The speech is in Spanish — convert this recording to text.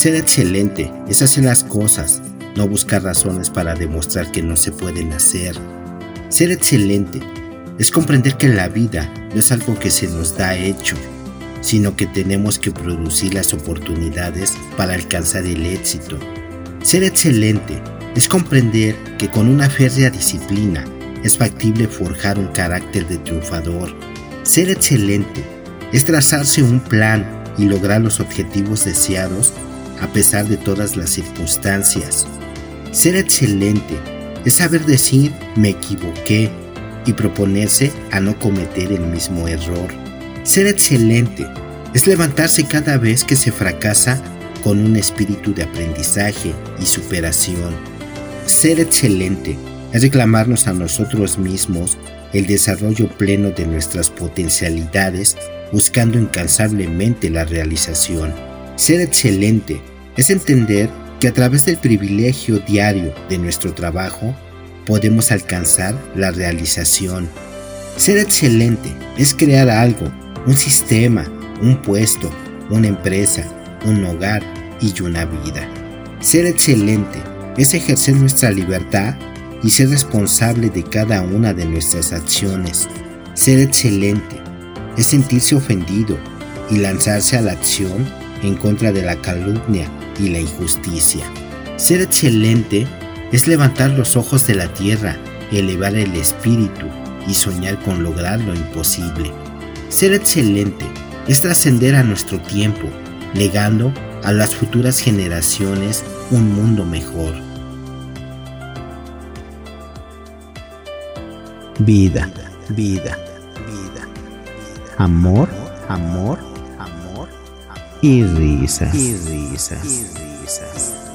Ser excelente es hacer las cosas, no buscar razones para demostrar que no se pueden hacer. Ser excelente es comprender que la vida no es algo que se nos da hecho, sino que tenemos que producir las oportunidades para alcanzar el éxito. Ser excelente es comprender que con una férrea disciplina es factible forjar un carácter de triunfador. Ser excelente es trazarse un plan y lograr los objetivos deseados a pesar de todas las circunstancias. Ser excelente es saber decir me equivoqué y proponerse a no cometer el mismo error. Ser excelente es levantarse cada vez que se fracasa con un espíritu de aprendizaje y superación. Ser excelente es reclamarnos a nosotros mismos el desarrollo pleno de nuestras potencialidades, buscando incansablemente la realización. Ser excelente es entender que a través del privilegio diario de nuestro trabajo podemos alcanzar la realización. Ser excelente es crear algo, un sistema, un puesto, una empresa, un hogar y una vida. Ser excelente es ejercer nuestra libertad y ser responsable de cada una de nuestras acciones. Ser excelente es sentirse ofendido y lanzarse a la acción en contra de la calumnia y la injusticia. Ser excelente es levantar los ojos de la tierra, elevar el espíritu y soñar con lograr lo imposible. Ser excelente es trascender a nuestro tiempo, legando a las futuras generaciones un mundo mejor. Vida, vida, vida. Amor, amor, amor. Y risas, y risas, y risas.